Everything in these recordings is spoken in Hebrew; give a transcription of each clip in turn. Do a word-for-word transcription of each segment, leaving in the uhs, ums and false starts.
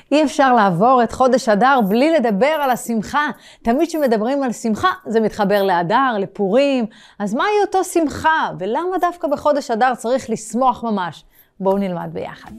אי אפשר לעבור את חודש אדר בלי לדבר על השמחה. תמיד שמדברים על שמחה, זה מתחבר לאדר, לפורים. אז מהי אותו שמחה? ולמה דווקא בחודש אדר צריך לשמוח ממש? בואו נלמד ביחד.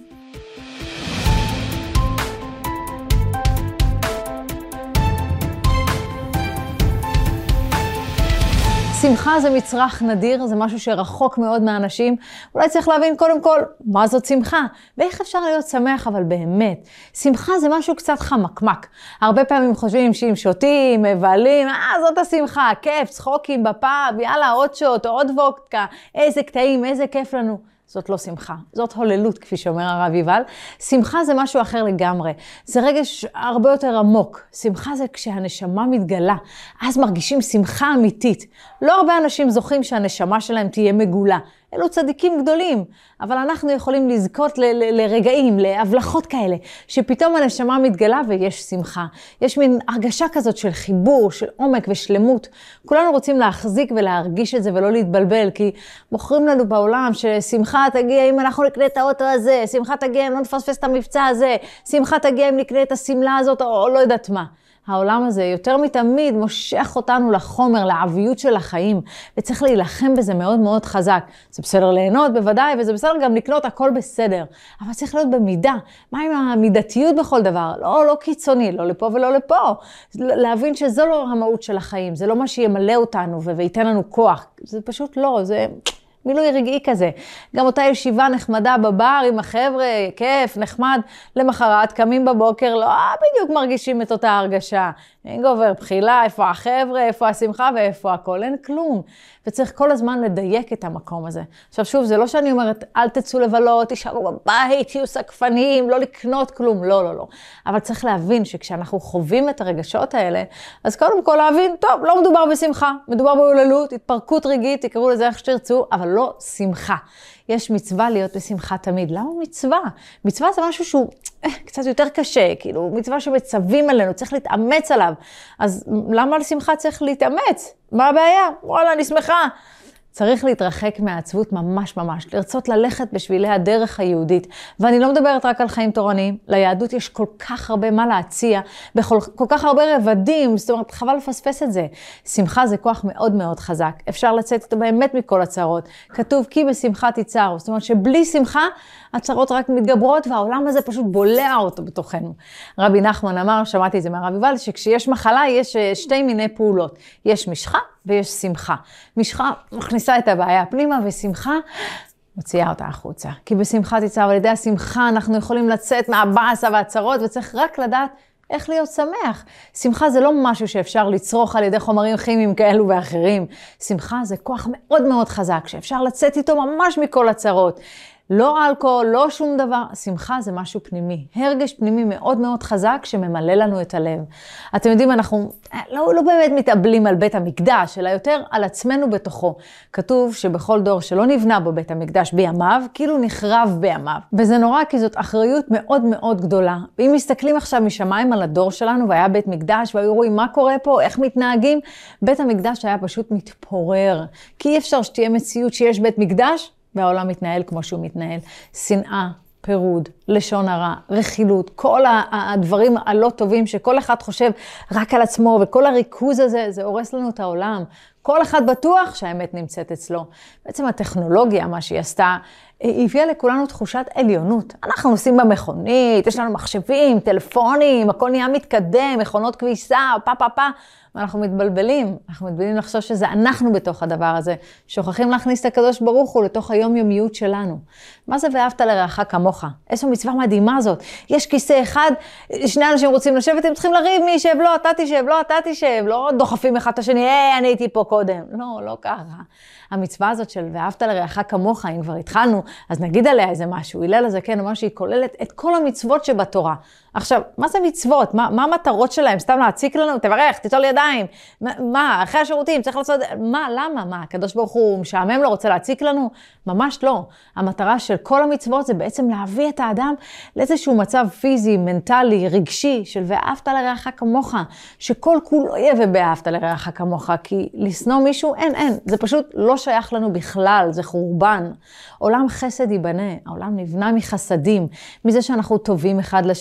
שמחה זה מצרך נדיר, זה משהו שרחוק מאוד מהאנשים. אולי צריך להבין קודם כל מה זאת שמחה, ואיך אפשר להיות שמח, אבל באמת. שמחה זה משהו קצת חמקמק. הרבה פעמים חושבים שאם שותים, מבלים, אה, זאת השמחה, כיף, צחוקים בפאב, יאללה, עוד שוט, עוד וודקה, איזה קטעים, איזה כיף לנו. זאת לא שמחה, זאת הוללות, כפי שאומר הרב יובל. שמחה זה משהו אחר לגמרי. זה רגש הרבה יותר עמוק. שמחה זה כשהנשמה מתגלה. אז מרגישים שמחה אמיתית. לא הרבה אנשים זוכים שהנשמה שלהם תהיה מגולה. אלו צדיקים גדולים. אבל אנחנו יכולים לזכות ל- ל- לרגעים, להבלחות כאלה, שפתאום הנשמה מתגלה ויש שמחה. יש מין הרגשה כזאת של חיבור, של עומק ושלמות. כולנו רוצים להחזיק ולהרגיש את זה ולא להתבלבל, כי מוכרים לנו בעולם ששמחה תגיע אם אנחנו נקנה את האוטו הזה, שמחה תגיע אם לא נפספס את המבצע הזה, שמחה תגיע אם נקנה את השמלה הזאת או, או לא יודעת מה. העולם הזה יותר מתמיד מושך אותנו לחומר, לעביות של החיים, וצריך להילחם בזה מאוד מאוד חזק. זה בסדר ליהנות בוודאי, וזה בסדר גם לקנות, הכל בסדר. אבל צריך להיות במידה. מה עם המידתיות בכל דבר? לא, לא קיצוני, לא לפה ולא לפה. להבין שזו לא המהות של החיים, זה לא מה שימלא אותנו וייתן לנו כוח. זה פשוט לא, זה מילוי רגעי כזה. גם אותה ישיבה נחמדה בבר עם החבר'ה, כיף, נחמד, למחרת קמים בבוקר, לא בדיוק מרגישים את אותה הרגשה. אין גובר בחילה, איפה החבר'ה, איפה השמחה ואיפה הכל, אין כלום. וצריך כל הזמן לדייק את המקום הזה. עכשיו שוב, זה לא שאני אומרת, אל תצאו לבלות, תישארו בבית, תהיו סקפנים, לא לקנות כלום, לא, לא, לא. אבל צריך להבין שכשאנחנו חווים את הרגשות האלה, אז קודם כל להבין, טוב, לא מדובר בשמחה, מדובר בהוללות, התפרקות רגעית, תקראו לזה איך שתרצו, אבל לא שמחה. יש מצווה להיות בשמחה תמיד. למה מצווה? מצווה זה משהו שהוא קצת יותר קשה, כאילו מצווה שמצווים עלינו, צריך להתאמץ עליו. אז למה על שמחה צריך להתאמץ? מה הבעיה? וואלה, אני שמחה. צריך להתרחק מהעצבות ממש ממש, לרצות ללכת בשבילי הדרך היהודית. ואני לא מדברת רק על חיים תורניים, ליהדות יש כל כך הרבה מה להציע, בכל כל כך הרבה רבדים, זאת אומרת, חבל לפספס את זה. שמחה זה כוח מאוד מאוד חזק, אפשר לצאת איתו באמת מכל הצרות. כתוב כי בשמחה תיצרו, זאת אומרת שבלי שמחה, הצרות רק מתגברות, והעולם הזה פשוט בולע אותו בתוכנו. רבי נחמן אמר, שמעתי את זה מהרב יובל, שכשיש מחלה יש שתי מיני פעולות, יש משחה ויש שמחה. משחה מכניסה את הבעיה פנימה, ושמחה מוציאה אותה החוצה. כי בשמחה תיצרו, על ידי השמחה אנחנו יכולים לצאת מהבאסה והצרות, וצריך רק לדעת איך להיות שמח. שמחה זה לא משהו שאפשר לצרוך על ידי חומרים כימיים כאלו ואחרים. שמחה זה כוח מאוד מאוד חזק, שאפשר לצאת איתו ממש מכל הצרות. לא אלכוהול, לא שום דבר. שמחה זה משהו פנימי. הרגש פנימי מאוד מאוד חזק שממלא לנו את הלב. אתם יודעים, אנחנו לא, לא באמת מתאבלים על בית המקדש, אלא יותר על עצמנו בתוכו. כתוב שבכל דור שלא נבנה בו בית המקדש בימיו, כאילו נחרב בימיו. וזה נורא כי זאת אחריות מאוד מאוד גדולה. ואם מסתכלים עכשיו משמיים על הדור שלנו, והיה בית מקדש, והיו רואים מה קורה פה, איך מתנהגים, בית המקדש היה פשוט מתפורר. כי אי אפשר שתהיה מציאות שיש בית מקדש, והעולם מתנהל כמו שהוא מתנהל. שנאה, פירוד, לשון הרע, רכילות, כל הדברים הלא טובים שכל אחד חושב רק על עצמו, וכל הריכוז הזה, זה הורס לנו את העולם. כל אחד בטוח שהאמת נמצאת אצלו. בעצם הטכנולוגיה, מה שהיא עשתה, היא הביאה לכולנו תחושת עליונות. אנחנו נוסעים במכונית, יש לנו מחשבים, טלפונים, הכל נהיה מתקדם, מכונות כביסה, פה פה פה. ואנחנו מתבלבלים, אנחנו מתבלבלים לחשוב שזה אנחנו בתוך הדבר הזה. שוכחים להכניס את הקדוש ברוך הוא לתוך היומיומיות שלנו. מה זה ואהבת לרעך כמוך? איזו מצווה מדהימה זאת. יש כיסא אחד, שני אנשים רוצים לשבת, הם צריכים לריב מי ישב, לא, אתה תשב, לא, אתה תשב, לא דוחפים אחד את השני, היי, אני הייתי פה קודם. לא, לא ככה. המצווה הזאת של ואהבת לרעך כמוך, אם כבר התחלנו, אז נגיד עליה איזה משהו. הלל הזקן אומר שהיא כוללת את כל המצוות שבתורה. עכשיו, מה זה מצוות? מה, מה המטרות שלהם? סתם להציק לנו? תברך, תיטול ידיים. מה, מה, אחרי השירותים צריך לעשות... מה, למה? מה, הקדוש ברוך הוא משעמם לא רוצה להציק לנו? ממש לא. המטרה של כל המצוות זה בעצם להביא את האדם לאיזשהו מצב פיזי, מנטלי, רגשי, של ואהבת לרעך כמוך, שכל כולו יהיה ובאהבת לרעך כמוך, כי לשנוא מישהו, אין, אין. זה פשוט לא שייך לנו בכלל, זה חורבן. עולם חסד ייבנה, העולם נבנה מחסדים, מזה שאנחנו טובים אחד לשני, מזה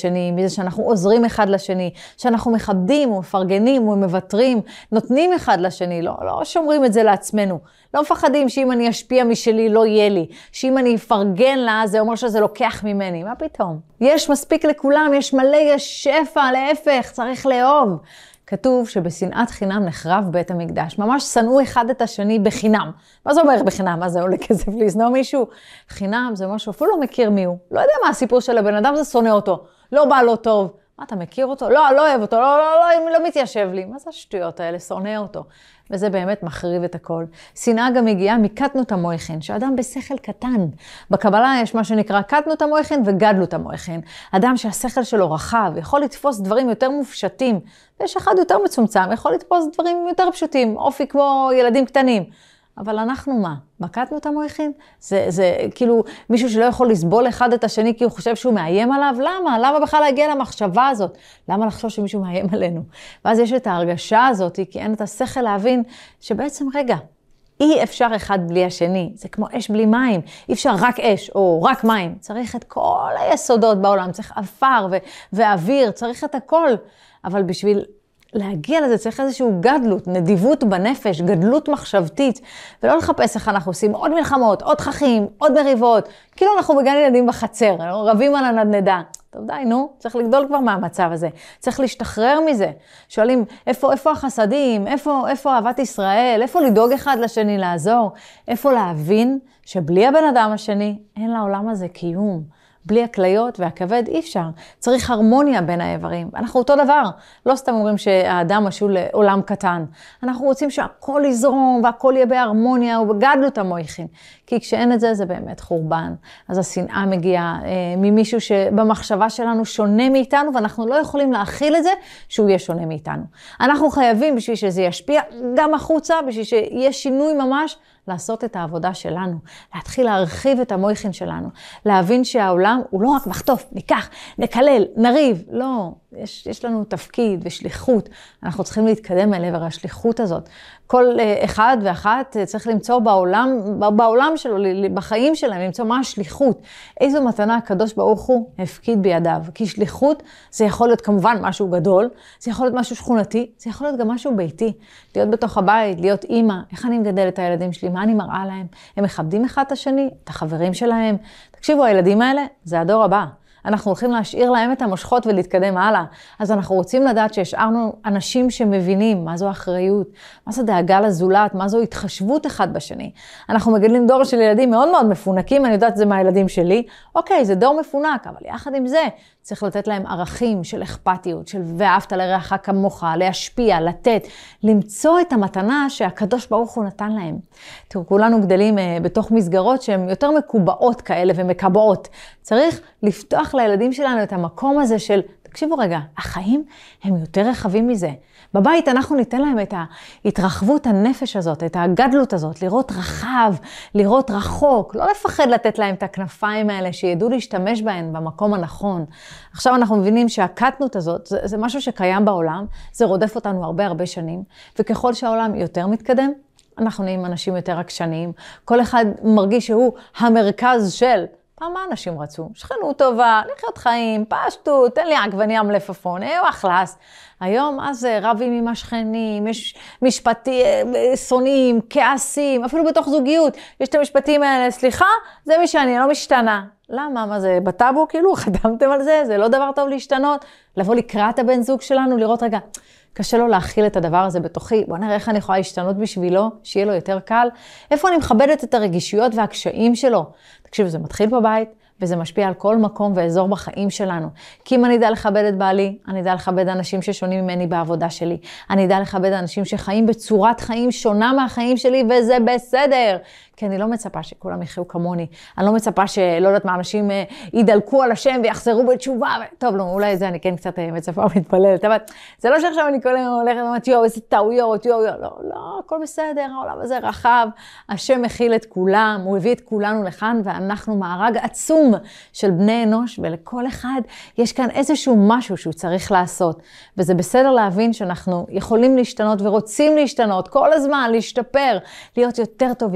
מזה שאנחנו עוזרים אחד לשני, שאנחנו מכבדים ומפרגנים ומוותרים, נותנים אחד לשני, לא, לא שומרים את זה לעצמנו. לא מפחדים שאם אני אשפיע משלי לא יהיה לי, שאם אני אפרגן לה זה אומר שזה לוקח ממני, מה פתאום? יש מספיק לכולם, יש מלא, יש שפע, להפך, צריך לאהוב. כתוב שבשנאת חינם נחרב בית המקדש. ממש שנאו אחד את השני בחינם. מה זה אומר בחינם? מה זה עולה כסף לשנוא מישהו? חינם זה משהו, אפילו לא מכיר מי הוא. לא יודע מה הסיפור של הבן אדם, זה שונא אותו. לא בא לו טוב. מה, אתה מכיר אותו? לא, לא אוהב אותו, לא, לא, לא, לא מתיישב לי. מה זה השטויות האלה? שונא אותו. וזה באמת מחריב את הכל. שנאה גם מגיעה מקטנות המויכין, שאדם בשכל קטן. בקבלה יש מה שנקרא קטנות המויכין וגדלות המויכין. אדם שהשכל שלו רחב, יכול לתפוס דברים יותר מופשטים, ויש אחד יותר מצומצם, יכול לתפוס דברים יותר פשוטים, אופי כמו ילדים קטנים. אבל אנחנו מה? בקטנות המויכין? זה, זה כאילו מישהו שלא יכול לסבול אחד את השני כי הוא חושב שהוא מאיים עליו? למה? למה בכלל להגיע למחשבה הזאת? למה לחשוב שמישהו מאיים עלינו? ואז יש את ההרגשה הזאת, כי אין את השכל להבין שבעצם רגע, אי אפשר אחד בלי השני. זה כמו אש בלי מים. אי אפשר רק אש או רק מים. צריך את כל היסודות בעולם. צריך אפר ו- ואוויר. צריך את הכל. אבל בשביל להגיע לזה צריך איזשהו גדלות, נדיבות בנפש, גדלות מחשבתית, ולא לחפש איך אנחנו עושים עוד מלחמות, עוד תככים, עוד מריבות, כאילו אנחנו בגן ילדים בחצר, רבים על הנדנדה. טוב די, נו, צריך לגדול כבר מהמצב הזה, צריך להשתחרר מזה. שואלים, איפה, איפה החסדים, איפה, איפה אהבת ישראל, איפה לדאוג אחד לשני לעזור, איפה להבין שבלי הבן אדם השני אין לעולם הזה קיום. בלי הכליות והכבד אי אפשר. צריך הרמוניה בין האיברים. אנחנו אותו דבר. לא סתם אומרים שהאדם משול לעולם קטן. אנחנו רוצים שהכל יזרום והכל יהיה בהרמוניה ובגדלות המויכין. כי כשאין את זה, זה באמת חורבן. אז השנאה מגיעה אה, ממישהו שבמחשבה שלנו שונה מאיתנו, ואנחנו לא יכולים להכיל את זה שהוא יהיה שונה מאיתנו. אנחנו חייבים בשביל שזה ישפיע גם החוצה, בשביל שיהיה שינוי ממש, לעשות את העבודה שלנו, להתחיל להרחיב את המויכין שלנו, להבין שהעולם הוא לא רק מחטוף, ניקח, נקלל, נריב, לא, יש, יש לנו תפקיד ושליחות, אנחנו צריכים להתקדם אל עבר השליחות הזאת. כל אחד ואחת צריך למצוא בעולם, בעולם שלו, בחיים שלהם, למצוא מה השליחות, איזו מתנה הקדוש ברוך הוא הפקיד בידיו, כי שליחות זה יכול להיות כמובן משהו גדול, זה יכול להיות משהו שכונתי, זה יכול להיות גם משהו ביתי, להיות בתוך הבית, להיות אימא, איך אני מגדל את הילדים שלי, מה אני מראה להם, הם מכבדים אחד את השני, את החברים שלהם, תקשיבו, הילדים האלה זה הדור הבא. אנחנו הולכים להשאיר להם את המושכות ולהתקדם הלאה. אז אנחנו רוצים לדעת שהשארנו אנשים שמבינים מה זו אחריות, מה זו דאגה לזולת, מה זו התחשבות אחד בשני. אנחנו מגדלים דור של ילדים מאוד מאוד מפונקים, אני יודעת זה מהילדים שלי. אוקיי, זה דור מפונק, אבל יחד עם זה צריך לתת להם ערכים של אכפתיות, של ואהבת לרעך כמוך, להשפיע, לתת, למצוא את המתנה שהקדוש ברוך הוא נתן להם. תראו, כולנו גדלים בתוך מסגרות שהן יותר מקובעות כאלה ומקבעות. צריך לפתוח לילדים שלנו את המקום הזה של, תקשיבו רגע, החיים הם יותר רחבים מזה. בבית אנחנו ניתן להם את ההתרחבות הנפש הזאת, את הגדלות הזאת, לראות רחב, לראות רחוק, לא לפחד לתת להם את הכנפיים האלה, שידעו להשתמש בהן במקום הנכון. עכשיו אנחנו מבינים שהקטנות הזאת, זה, זה משהו שקיים בעולם, זה רודף אותנו הרבה הרבה שנים, וככל שהעולם יותר מתקדם, אנחנו נהיים אנשים יותר עקשניים, כל אחד מרגיש שהוא המרכז של, פעם מה אנשים רצו? שכנות טובה, לחיות חיים, פשטות, תן לי עגבנייה מלפפון, אה, אכלס. היום אז רבים עם השכנים, יש משפטים, שונאים, כעסים, אפילו בתוך זוגיות. יש את המשפטים האלה, סליחה, זה מי שאני, אני לא משתנה. למה? מה זה? בטאבו כאילו חתמתם על זה? זה לא דבר טוב להשתנות? לבוא לקראת הבן זוג שלנו, לראות רגע, קשה לו להכיל את הדבר הזה בתוכי, בוא נראה איך אני יכולה להשתנות בשבילו, שיהיה לו יותר קל. איפה אני מכבדת את הרגישויות והקשיים שלו? תקשיבו, זה מתחיל בבית, וזה משפיע על כל מקום ואזור בחיים שלנו. כי אם אני אדע לכבד את בעלי, אני אדע לכבד אנשים ששונים ממני בעבודה שלי. אני אדע לכבד אנשים שחיים בצורת חיים שונה מהחיים שלי, וזה בסדר. כי אני לא מצפה שכולם יחיו כמוני. אני לא מצפה שלא יודעת מה, אנשים ידלקו על השם ויחזרו בתשובה. טוב, לא, אולי זה אני כן קצת מצפה ומתפללת, אבל זה לא שעכשיו אני כל היום הולכת ואומרת, יואו, איזה טעויות, יואו, יואו, לא, לא, הכל בסדר, העולם הזה רחב, השם מכיל את כולם, הוא הביא את כולנו לכאן, ואנחנו מארג עצום של בני אנוש, ולכל אחד יש כאן איזשהו משהו שהוא צריך לעשות, וזה בסדר להבין שאנחנו יכולים להשתנות ורוצים להשתנות כל הזמן, להשתפר, להיות יותר טובים, אמהות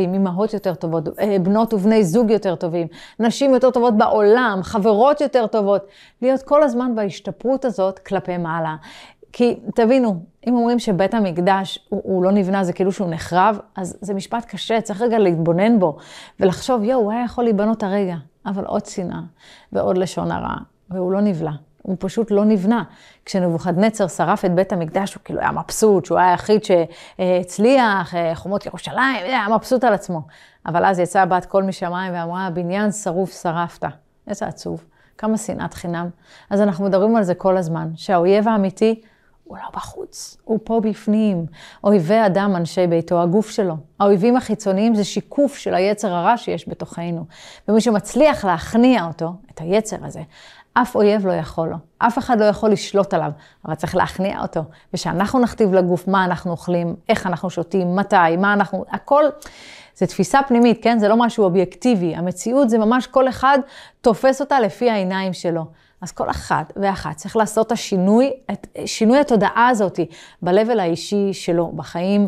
זוגיות יותר טובות, בנות ובני זוג יותר טובים, נשים יותר טובות בעולם, חברות יותר טובות, להיות כל הזמן בהשתפרות הזאת כלפי מעלה. כי תבינו, אם אומרים שבית המקדש הוא, הוא לא נבנה, זה כאילו שהוא נחרב, אז זה משפט קשה, צריך רגע להתבונן בו, ולחשוב, יו, הוא היה יכול להיבנות הרגע, אבל עוד שנאה, ועוד לשון הרע, והוא לא נבלה. הוא פשוט לא נבנה. כשנבוכדנצר שרף את בית המקדש, הוא כאילו היה מבסוט, שהוא היה היחיד שהצליח, חומות ירושלים, היה מבסוט על עצמו. אבל אז יצאה בת קול משמיים ואמרה, בניין שרוף שרפת. איזה עצוב. כמה שנאת חינם. אז אנחנו מדברים על זה כל הזמן, שהאויב האמיתי הוא לא בחוץ, הוא פה בפנים. אויבי אדם, אנשי ביתו, הגוף שלו. האויבים החיצוניים זה שיקוף של היצר הרע שיש בתוכנו. ומי שמצליח להכניע אותו, את היצר הזה, אף אויב לא יכול לו. אף אחד לא יכול לשלוט עליו, אבל צריך להכניע אותו. ושאנחנו נכתיב לגוף מה אנחנו אוכלים, איך אנחנו שותים, מתי, מה אנחנו, הכל, זה תפיסה פנימית, כן? זה לא משהו אובייקטיבי. המציאות זה ממש כל אחד תופס אותה לפי העיניים שלו. אז כל אחת ואחת צריך לעשות את השינוי, את שינוי התודעה הזאת ב-level האישי שלו, בחיים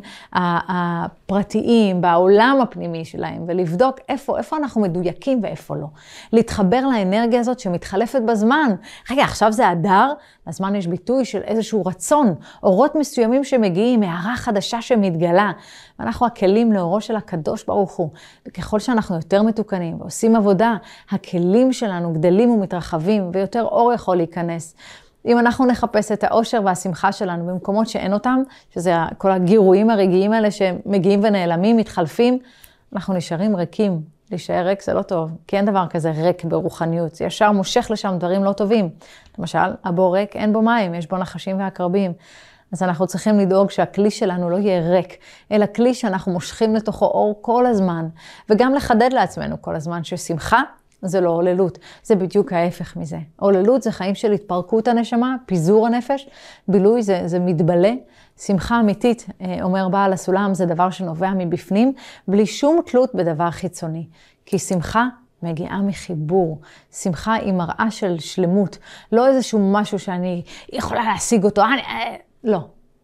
הפרטיים, בעולם הפנימי שלהם, ולבדוק איפה, איפה אנחנו מדויקים ואיפה לא. להתחבר לאנרגיה הזאת שמתחלפת בזמן. רגע, עכשיו זה הדר, לזמן יש ביטוי של איזשהו רצון, אורות מסוימים שמגיעים, הערה חדשה שמתגלה. ואנחנו הכלים לאורו של הקדוש ברוך הוא. וככל שאנחנו יותר מתוקנים ועושים עבודה, הכלים שלנו גדלים ומתרחבים, ויותר אור יכול להיכנס. אם אנחנו נחפש את האושר והשמחה שלנו במקומות שאין אותם, שזה כל הגירויים הרגעיים האלה שמגיעים ונעלמים, מתחלפים, אנחנו נשארים ריקים. להישאר ריק זה לא טוב, כי אין דבר כזה ריק ברוחניות. זה ישר מושך לשם דברים לא טובים. למשל, הבור ריק, אין בו מים, יש בו נחשים ועקרבים. אז אנחנו צריכים לדאוג שהכלי שלנו לא יהיה ריק, אלא כלי שאנחנו מושכים לתוכו אור כל הזמן, וגם לחדד לעצמנו כל הזמן ששמחה זה לא עוללות, זה בדיוק ההפך מזה. עוללות זה חיים של התפרקות הנשמה, פיזור הנפש, בילוי זה, זה מתבלה. שמחה אמיתית, אומר בעל הסולם, זה דבר שנובע מבפנים, בלי שום תלות בדבר חיצוני. כי שמחה מגיעה מחיבור. שמחה היא מראה של שלמות, לא איזשהו משהו שאני יכולה להשיג אותו, אני... לא.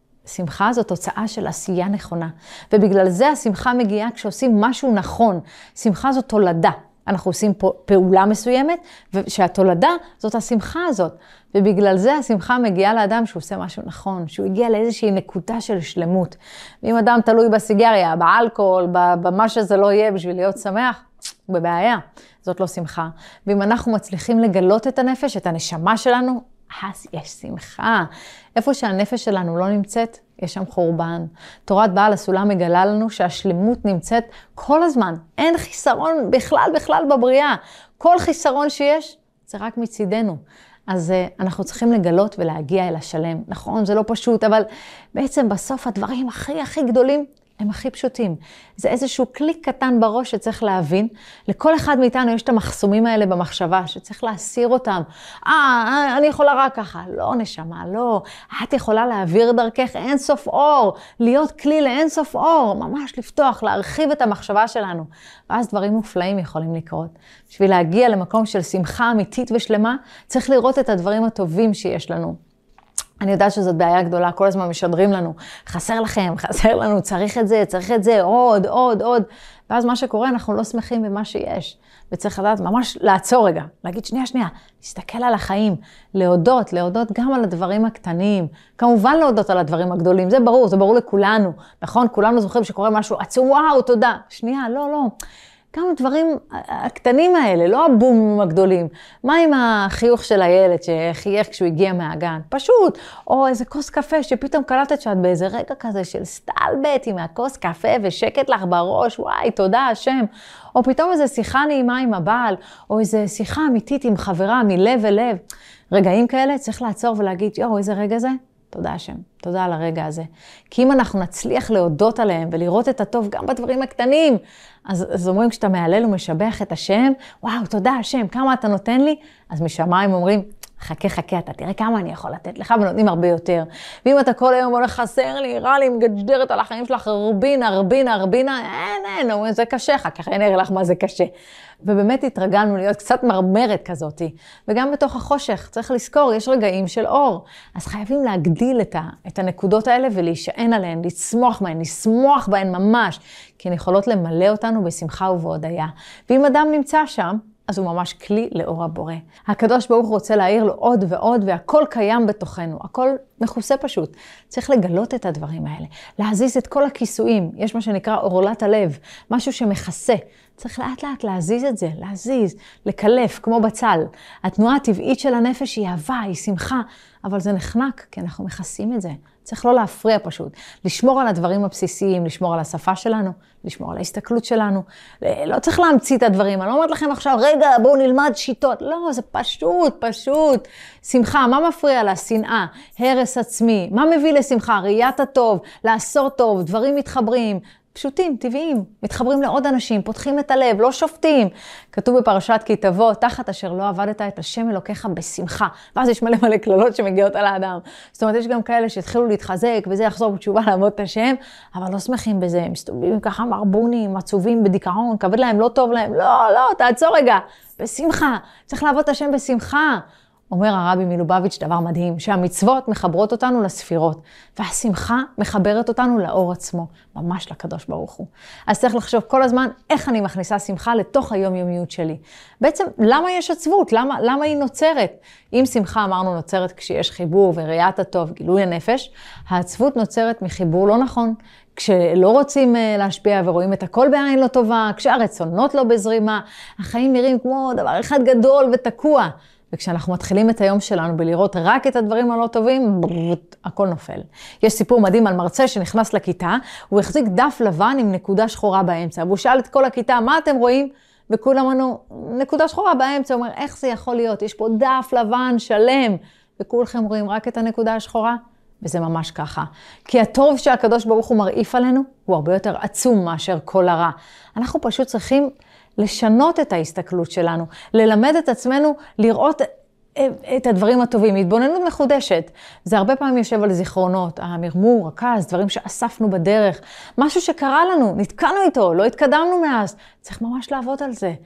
שמחה זו תוצאה של עשייה נכונה. ובגלל זה השמחה מגיעה כשעושים משהו נכון. שמחה זו תולדה. אנחנו עושים פה פעולה מסוימת, ושהתולדה זאת השמחה הזאת. ובגלל זה השמחה מגיעה לאדם שהוא עושה משהו נכון, שהוא הגיע לאיזושהי נקודה של שלמות. ואם אדם תלוי בסיגריה, באלכוהול, במה שזה לא יהיה בשביל להיות שמח, הוא בבעיה. זאת לא שמחה. ואם אנחנו מצליחים לגלות את הנפש, את הנשמה שלנו, אז יש שמחה. איפה שהנפש שלנו לא נמצאת, יש שם חורבן. תורת בעל הסולם מגלה לנו שהשלמות נמצאת כל הזמן. אין חיסרון בכלל בכלל בבריאה. כל חיסרון שיש, זה רק מצידנו. אז uh, אנחנו צריכים לגלות ולהגיע אל השלם. נכון, זה לא פשוט, אבל בעצם בסוף הדברים הכי הכי גדולים, הם הכי פשוטים. זה איזשהו קליק קטן בראש שצריך להבין. לכל אחד מאיתנו יש את המחסומים האלה במחשבה, שצריך להסיר אותם. אה, אני יכולה רק ככה. לא, נשמה, לא. את יכולה להעביר דרכך אין סוף אור, להיות כלי לאין סוף אור, ממש לפתוח, להרחיב את המחשבה שלנו. ואז דברים מופלאים יכולים לקרות. בשביל להגיע למקום של שמחה אמיתית ושלמה, צריך לראות את הדברים הטובים שיש לנו. אני יודעת שזאת בעיה גדולה, כל הזמן משדרים לנו, חסר לכם, חסר לנו, צריך את זה, צריך את זה, עוד, עוד, עוד. ואז מה שקורה, אנחנו לא שמחים במה שיש. וצריך לדעת ממש לעצור רגע, להגיד שנייה, שנייה, להסתכל על החיים, להודות, להודות גם על הדברים הקטנים. כמובן להודות על הדברים הגדולים, זה ברור, זה ברור לכולנו. נכון? כולנו זוכרים שקורה משהו עצום, וואו, תודה. שנייה, לא, לא. גם הדברים הקטנים האלה, לא הבומים הגדולים. מה עם החיוך של הילד שחייך כשהוא הגיע מהגן? פשוט. או איזה כוס קפה שפתאום קלטת שאת באיזה רגע כזה של סטלבט עם הכוס קפה ושקט לך בראש, וואי, תודה השם. או פתאום איזו שיחה נעימה עם הבעל, או איזו שיחה אמיתית עם חברה מלב אל לב. רגעים כאלה צריך לעצור ולהגיד, יו, איזה רגע זה? תודה השם, תודה על הרגע הזה. כי אם אנחנו נצליח להודות עליהם ולראות את הטוב גם בדברים הקטנים, אז, אז אומרים כשאתה מעלל ומשבח את השם, וואו, תודה השם, כמה אתה נותן לי? אז משמיים אומרים, חכה, חכה, אתה תראה כמה אני יכול לתת לך, ונותנים הרבה יותר. ואם אתה כל היום הולך חסר לי, רע לי, מגדרת על החיים שלך, רבינה, רבינה, רבינה, אין, אין, זה קשה, חכה, אני אראה לך מה זה קשה. ובאמת התרגלנו להיות קצת מרמרת כזאת. וגם בתוך החושך, צריך לזכור, יש רגעים של אור. אז חייבים להגדיל את, ה, את הנקודות האלה ולהישען עליהן, לצמוח בהן, לשמוח בהן ממש, כי הן יכולות למלא אותנו בשמחה ובהודיה. ואם אדם נמצא שם, אז הוא ממש כלי לאור הבורא. הקדוש ברוך הוא רוצה להעיר לו עוד ועוד, והכל קיים בתוכנו, הכל מכוסה פשוט. צריך לגלות את הדברים האלה, להזיז את כל הכיסויים, יש מה שנקרא אורלת הלב, משהו שמכסה. צריך לאט לאט להזיז את זה, להזיז, לקלף, כמו בצל. התנועה הטבעית של הנפש היא אהבה, היא שמחה, אבל זה נחנק, כי אנחנו מכסים את זה. צריך לא להפריע פשוט, לשמור על הדברים הבסיסיים, לשמור על השפה שלנו, לשמור על ההסתכלות שלנו. לא צריך להמציא את הדברים, אני לא אומרת לכם עכשיו, רגע, בואו נלמד שיטות. לא, זה פשוט, פשוט. שמחה, מה מפריע לה? שנאה, הרס עצמי. מה מביא לשמחה? ראיית הטוב, לעשות טוב, דברים מתחברים. פשוטים, טבעיים, מתחברים לעוד אנשים, פותחים את הלב, לא שופטים. כתוב בפרשת כי תבוא, תחת אשר לא עבדת את השם אלוקיך בשמחה. ואז יש מלא מלא כללות שמגיעות על האדם. זאת אומרת, יש גם כאלה שהתחילו להתחזק, וזה יחזור בתשובה לעבוד את השם, אבל לא שמחים בזה, הם מסתובבים ככה מרבונים, עצובים בדיכאון, כבד להם, לא טוב להם, לא, לא, תעצור רגע, בשמחה, צריך לעבוד את השם בשמחה. אומר הרבי מלובביץ' דבר מדהים, שהמצוות מחברות אותנו לספירות, והשמחה מחברת אותנו לאור עצמו, ממש לקדוש ברוך הוא. אז צריך לחשוב כל הזמן איך אני מכניסה שמחה לתוך היומיומיות שלי. בעצם, למה יש עצבות? למה, למה היא נוצרת? אם שמחה אמרנו נוצרת כשיש חיבור וראיית הטוב, גילוי הנפש, העצבות נוצרת מחיבור לא נכון, כשלא רוצים להשפיע ורואים את הכל בעין לא טובה, כשהרצונות לא בזרימה, החיים נראים כמו דבר אחד גדול ותקוע. וכשאנחנו מתחילים את היום שלנו בלראות רק את הדברים הלא טובים, ברוט, הכל נופל. יש סיפור מדהים על מרצה שנכנס לכיתה, הוא החזיק דף לבן עם נקודה שחורה באמצע, והוא שאל את כל הכיתה, מה אתם רואים? וכולם אמרו, נקודה שחורה באמצע, הוא אומר, איך זה יכול להיות? יש פה דף לבן שלם, וכולכם רואים רק את הנקודה השחורה? וזה ממש ככה. כי הטוב שהקדוש ברוך הוא מרעיף עלינו, הוא הרבה יותר עצום מאשר כל הרע. אנחנו פשוט צריכים לשנות את ההסתכלות שלנו, ללמד את עצמנו לראות את הדברים הטובים, התבוננות מחודשת. זה הרבה פעמים יושב על זיכרונות, המרמור, הכעס, דברים שאספנו בדרך, משהו שקרה לנו, נתקענו איתו, לא התקדמנו מאז. צריך ממש לעבוד על זה.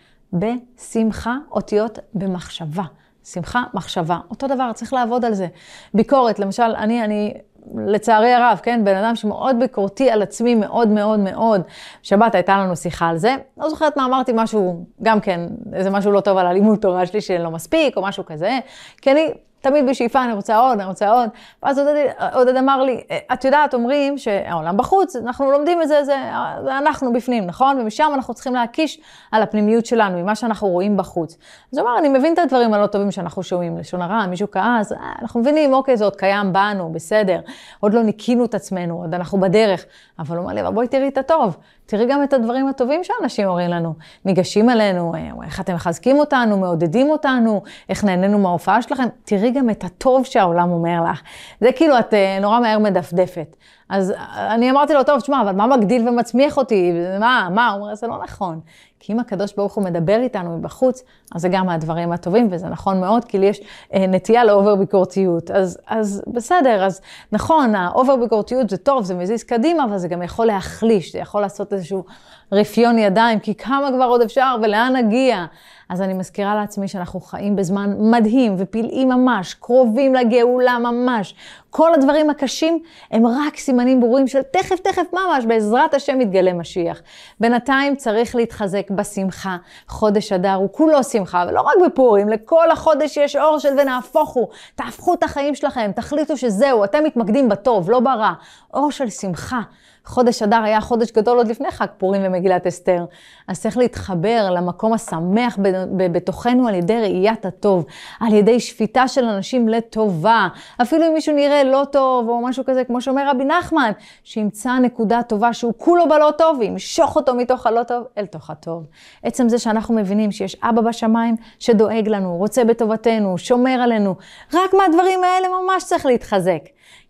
בשמחה, אותיות במחשבה. שמחה, מחשבה. אותו דבר, צריך לעבוד על זה. ביקורת, למשל, אני, אני, לצערי הרב, כן, בן אדם שמאוד ביקורתי על עצמי, מאוד מאוד מאוד. שבת הייתה לנו שיחה על זה. לא זוכרת מה אמרתי, משהו, גם כן, איזה משהו לא טוב על הלימוד תורה שלי שלא מספיק, או משהו כזה. כי אני תמיד בשאיפה, אני רוצה עוד, אני רוצה עוד. ואז עודד אמר לי, את יודעת, אומרים שהעולם בחוץ, אנחנו לומדים את זה, זה, זה אנחנו בפנים, נכון? ומשם אנחנו צריכים להקיש על הפנימיות שלנו, ממה שאנחנו רואים בחוץ. אז הוא אמר, אני מבין את הדברים הלא טובים שאנחנו שומעים, לשון הרע, מישהו כעס, אנחנו מבינים, אוקיי, זה עוד קיים בנו, בסדר, עוד לא ניקינו את עצמנו, עוד אנחנו בדרך. אבל הוא אמר לי, אבל בואי תראי את הטוב, תראי גם את הדברים הטובים שאנשים אומרים לנו, ניגשים אלינו, איך אתם מחזקים אותנו, מעודדים אותנו, איך נהנינו מההופעה שלכם, תראי גם את הטוב שהעולם אומר לך. זה כאילו את נורא מהר מדפדפת. אז אני אמרתי לו, טוב, תשמע, אבל מה מגדיל ומצמיח אותי? מה, מה? הוא אומר, זה לא נכון. כי אם הקדוש ברוך הוא מדבר איתנו מבחוץ, אז זה גם מהדברים הטובים, וזה נכון מאוד, כי לי יש נטייה לאובר ביקורתיות. אז, אז בסדר, אז נכון, האובר ביקורתיות זה טוב, זה מזיז קדימה, אבל זה גם יכול להחליש, זה יכול לעשות איזשהו רפיון ידיים, כי כמה כבר עוד אפשר ולאן נגיע. אז אני מזכירה לעצמי שאנחנו חיים בזמן מדהים ופלאים ממש, קרובים לגאולה ממש. כל הדברים הקשים הם רק סימנים ברורים של תכף תכף ממש, בעזרת השם יתגלה משיח. בינתיים צריך להתחזק בשמחה. חודש אדר הוא כולו שמחה, ולא רק בפורים, לכל החודש יש אור של ונהפוך הוא. תהפכו את החיים שלכם, תחליטו שזהו, אתם מתמקדים בטוב, לא ברע. אור של שמחה. חודש אדר היה חודש גדול עוד לפני חג פורים ומגילת אסתר. אז צריך להתחבר למקום השמח בתוכנו על ידי ראיית הטוב, על ידי שפיטה של אנשים לטובה. אפילו אם מישהו נראה לא טוב או משהו כזה, כמו שאומר רבי נחמן, שימצא נקודה טובה שהוא כולו בלא טוב, וימשוך אותו מתוך הלא טוב אל תוך הטוב. עצם זה שאנחנו מבינים שיש אבא בשמיים שדואג לנו, רוצה בטובתנו, שומר עלינו, רק מהדברים האלה ממש צריך להתחזק.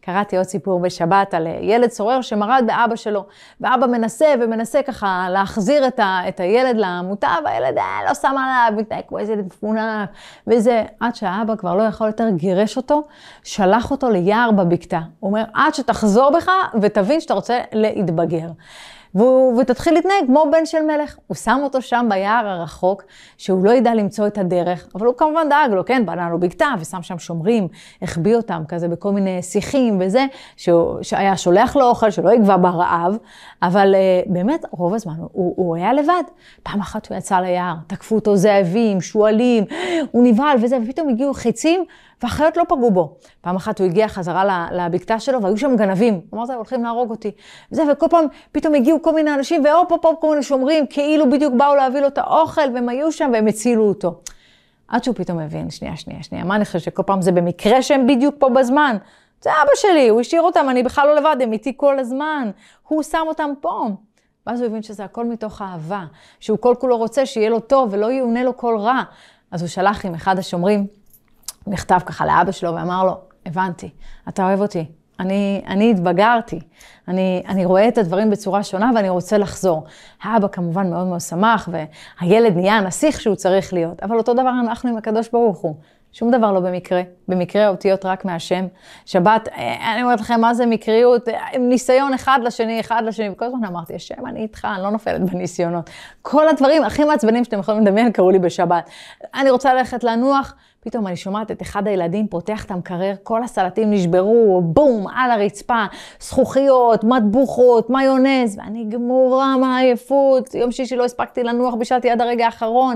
קראתי עוד סיפור בשבת על ילד סורר שמרד באבא שלו, ואבא מנסה ומנסה ככה להחזיר את, ה, את הילד למוטב, והילד אה, לא שם עליו, מתנהג כמו איזה תפונה, וזה, עד שהאבא כבר לא יכול יותר, גירש אותו, שלח אותו ליער בבקתה. הוא אומר, עד שתחזור בך ותבין שאתה רוצה להתבגר. והוא, ותתחיל להתנהג כמו בן של מלך. הוא שם אותו שם ביער הרחוק, שהוא לא ידע למצוא את הדרך, אבל הוא כמובן דאג לו, כן, בנה לו בקתה, ושם שם שומרים, החביא אותם כזה בכל מיני שיחים וזה, שהוא, שהיה שולח לו אוכל, שלא יגבה ברעב, אבל uh, באמת רוב הזמן הוא, הוא היה לבד. פעם אחת הוא יצא ליער, תקפו אותו זאבים, שואלים, הוא נבהל וזה, ופתאום הגיעו חיצים, והחיות לא פגעו בו. פעם אחת הוא הגיע חזרה לבקתה שלו, והיו שם גנבים. הוא אמר, הולכים להרוג אותי. וזה, וכל פעם פתאום הגיעו כל מיני אנשים, ואופ, אופ, אופ, כל מיני שומרים, כאילו בדיוק באו להביא לו את האוכל, והם היו שם, והם הצילו אותו. עד שהוא פתאום מבין, שנייה, שנייה, שנייה, מה אני חושב שכל פעם זה במקרה שהם בדיוק פה בזמן? זה אבא שלי, הוא השאיר אותם, אני בכלל לא לבד, הם איתי כל הזמן. הוא שם אותם פה. ואז הוא הבין שזה הכל מתוך אהבה, שהוא כל כולו רוצה שיהיה לו טוב, ולא יאונה לו כל רע. אז הוא שלח עם אחד השומרים, מכתב ככה לאבא שלו ואמר לו, הבנתי, אתה אוהב אותי, אני, אני התבגרתי, אני, אני רואה את הדברים בצורה שונה ואני רוצה לחזור. האבא כמובן מאוד מאוד שמח והילד נהיה הנסיך שהוא צריך להיות, אבל אותו דבר אנחנו עם הקדוש ברוך הוא. שום דבר לא במקרה, במקרה אותיות רק מהשם. שבת, אני אומרת לכם, מה זה מקריות? ניסיון אחד לשני, אחד לשני, וכל הזמן אמרתי, השם, אני איתך, אני לא נופלת בניסיונות. כל הדברים הכי מעצבנים שאתם יכולים לדמיין קראו לי בשבת. אני רוצה ללכת לנוח, פתאום אני שומעת את אחד הילדים פותח את המקרר, כל הסלטים נשברו, בום, על הרצפה, זכוכיות, מטבוחות, מיונז, ואני גמורה מהעייפות, יום שישי לא הספקתי לנוח, בישלתי עד הרגע האחרון.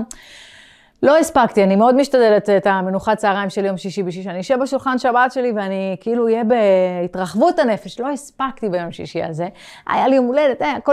לא הספקתי, אני מאוד משתדלת את המנוחת צהריים של יום שישי בשישי, אני אשב בשולחן שבת שלי ואני כאילו אהיה בהתרחבות הנפש, לא הספקתי ביום שישי הזה, היה לי יום הולדת, הכל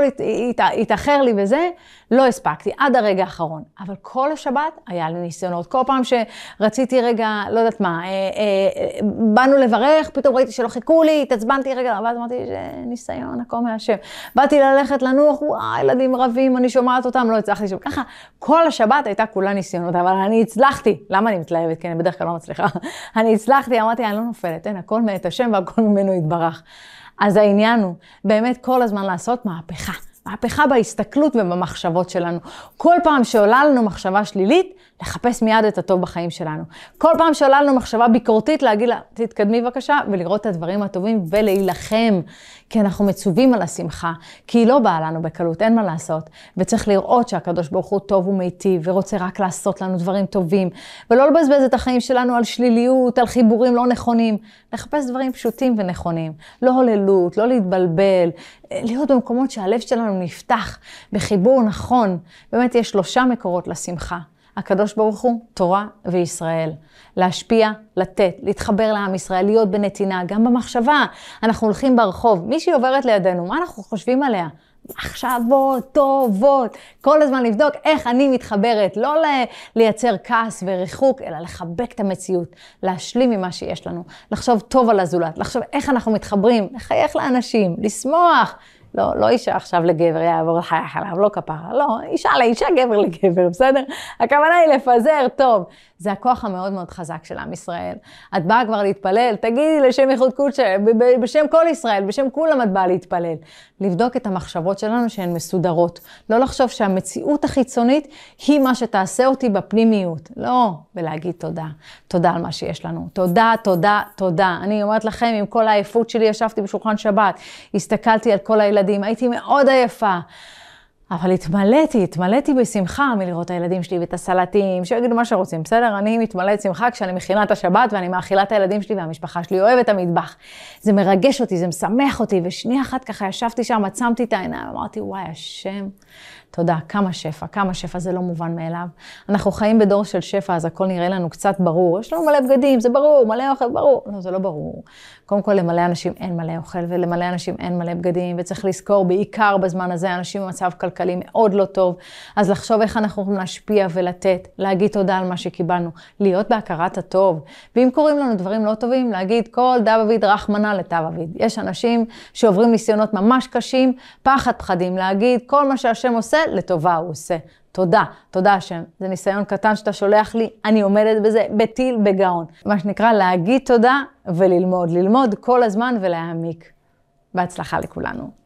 התאחר לי וזה, לא הספקתי עד הרגע האחרון, אבל כל השבת היה לי ניסיונות, כל פעם שרציתי רגע, לא יודעת מה, אה, אה, באנו לברך, פתאום ראיתי שלא חיכו לי, התעצבנתי רגע, ואז אמרתי, ניסיון, הכל מהשם, באתי ללכת לנוח, וואי, ילדים רבים, אני שומעת אותם, לא הצלחתי שם, ככה, כל השבת הייתה כולה ניסיונות, אבל אני הצלחתי. למה אני מתלהבת? כי אני בדרך כלל לא מצליחה. אני הצלחתי, אמרתי, אני לא נופלת, אין, הכל מאת השם והכל ממנו יתברך. אז העניין הוא באמת כל הזמן לעשות מהפכה. מהפכה בהסתכלות ובמחשבות שלנו. כל פעם שעולה לנו מחשבה שלילית, לחפש מיד את הטוב בחיים שלנו. כל פעם שעולה לנו מחשבה ביקורתית, להגיד לה, תתקדמי בבקשה, ולראות את הדברים הטובים ולהילחם. כי אנחנו מצווים על השמחה, כי היא לא באה לנו בקלות, אין מה לעשות. וצריך לראות שהקדוש ברוך הוא טוב ומיטיב, ורוצה רק לעשות לנו דברים טובים, ולא לבזבז את החיים שלנו על שליליות, על חיבורים לא נכונים. לחפש דברים פשוטים ונכונים. לא הוללות, לא להתבלבל, להיות במקומות שהלב שלנו נפתח בחיבור נכון. באמת יש שלושה מקורות לשמחה. הקדוש ברוך הוא, תורה וישראל. להשפיע, לתת, להתחבר לעם ישראל, להיות בנתינה, גם במחשבה. אנחנו הולכים ברחוב, מישהי עוברת לידינו, מה אנחנו חושבים עליה? מחשבות, טובות, כל הזמן לבדוק איך אני מתחברת, לא לייצר כעס וריחוק, אלא לחבק את המציאות, להשלים ממה שיש לנו, לחשוב טוב על הזולת, לחשוב איך אנחנו מתחברים, לחייך לאנשים, לשמוח. לא, לא אישה עכשיו לגבר, יעבור לחייך עליו, לא כפרה, לא, אישה לאישה, גבר לגבר, בסדר? הכוונה היא לפזר, טוב. זה הכוח המאוד מאוד חזק של עם ישראל. את באה כבר להתפלל, תגידי לשם ייחוד קודש, בשם כל ישראל, בשם כולם את באה להתפלל. לבדוק את המחשבות שלנו שהן מסודרות. לא לחשוב שהמציאות החיצונית היא מה שתעשה אותי בפנימיות. לא, ולהגיד תודה. תודה על מה שיש לנו. תודה, תודה, תודה. אני אומרת לכם, עם כל העייפות שלי ישבתי בשולחן שבת, הסתכלתי על כל הילדים, הייתי מאוד עייפה. אבל התמלאתי, התמלאתי בשמחה מלראות את הילדים שלי ואת הסלטים, שיגידו מה שרוצים, בסדר? אני מתמלאת שמחה כשאני מכינה את השבת ואני מאכילה את הילדים שלי והמשפחה שלי אוהבת את המטבח. זה מרגש אותי, זה משמח אותי, ושנייה אחת ככה ישבתי שם, עצמתי את העיניים, אמרתי, וואי, השם, תודה, כמה שפע, כמה שפע, זה לא מובן מאליו. אנחנו חיים בדור של שפע, אז הכל נראה לנו קצת ברור. יש לנו מלא בגדים, זה ברור, מלא אוכל, ברור. לא, זה לא ברור. קודם כל, למלא אנשים אין מלא אוכל, ולמלא אנשים אין מלא בגדים, וצריך לזכור, בעיקר בזמן הזה, אנשים במצב כלכלי מאוד לא טוב, אז לחשוב איך אנחנו יכולים להשפיע ולתת, להגיד תודה על מה שקיבלנו, להיות בהכרת הטוב. ואם קוראים לנו דברים לא טובים, להגיד כל דוד רחמנא לדוד. יש אנשים שעוברים ניסיונות ממש קשים, פחד פחדים, להגיד כל מה שהשם עושה, לטובה הוא עושה. תודה, תודה השם. זה ניסיון קטן שאתה שולח לי, אני עומדת בזה בטיל בגאון. מה שנקרא להגיד תודה וללמוד, ללמוד כל הזמן ולהעמיק. בהצלחה לכולנו.